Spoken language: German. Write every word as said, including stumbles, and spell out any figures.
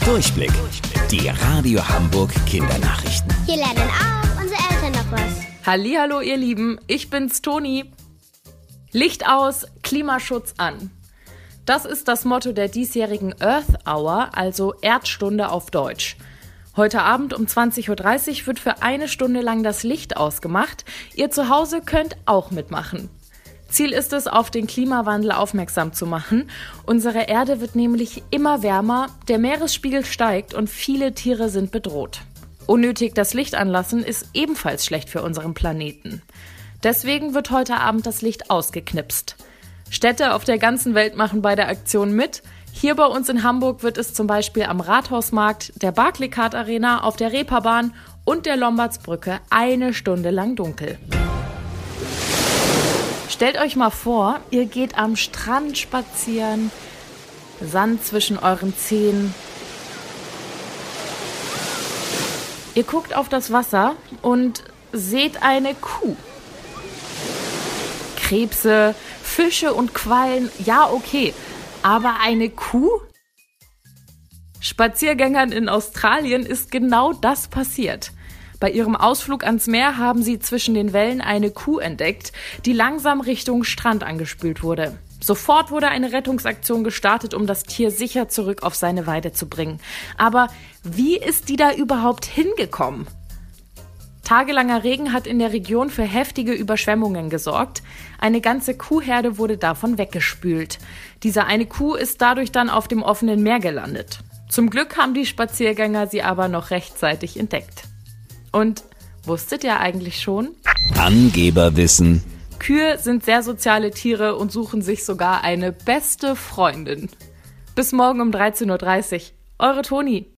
Durchblick. Die Radio Hamburg Kindernachrichten. Hier lernen auch unsere Eltern noch was. Hallihallo ihr Lieben, ich bin's Toni. Licht aus, Klimaschutz an. Das ist das Motto der diesjährigen Earth Hour, also Erdstunde auf Deutsch. Heute Abend um zwanzig Uhr dreißig wird für eine Stunde lang das Licht ausgemacht. Ihr zu Hause könnt auch mitmachen. Ziel ist es, auf den Klimawandel aufmerksam zu machen. Unsere Erde wird nämlich immer wärmer, der Meeresspiegel steigt und viele Tiere sind bedroht. Unnötig das Licht anlassen ist ebenfalls schlecht für unseren Planeten. Deswegen wird heute Abend das Licht ausgeknipst. Städte auf der ganzen Welt machen bei der Aktion mit. Hier bei uns in Hamburg wird es zum Beispiel am Rathausmarkt, der Barclaycard Arena, auf der Reeperbahn und der Lombardsbrücke eine Stunde lang dunkel. Stellt euch mal vor, ihr geht am Strand spazieren, Sand zwischen euren Zehen. Ihr guckt auf das Wasser und seht eine Kuh. Krebse, Fische und Quallen, ja okay, aber eine Kuh? Spaziergängern in Australien ist genau das passiert. Bei ihrem Ausflug ans Meer haben sie zwischen den Wellen eine Kuh entdeckt, die langsam Richtung Strand angespült wurde. Sofort wurde eine Rettungsaktion gestartet, um das Tier sicher zurück auf seine Weide zu bringen. Aber wie ist die da überhaupt hingekommen? Tagelanger Regen hat in der Region für heftige Überschwemmungen gesorgt. Eine ganze Kuhherde wurde davon weggespült. Diese eine Kuh ist dadurch dann auf dem offenen Meer gelandet. Zum Glück haben die Spaziergänger sie aber noch rechtzeitig entdeckt. Und wusstet ihr eigentlich schon? Angeberwissen. Kühe sind sehr soziale Tiere und suchen sich sogar eine beste Freundin. Bis morgen um dreizehn Uhr dreißig. Eure Toni.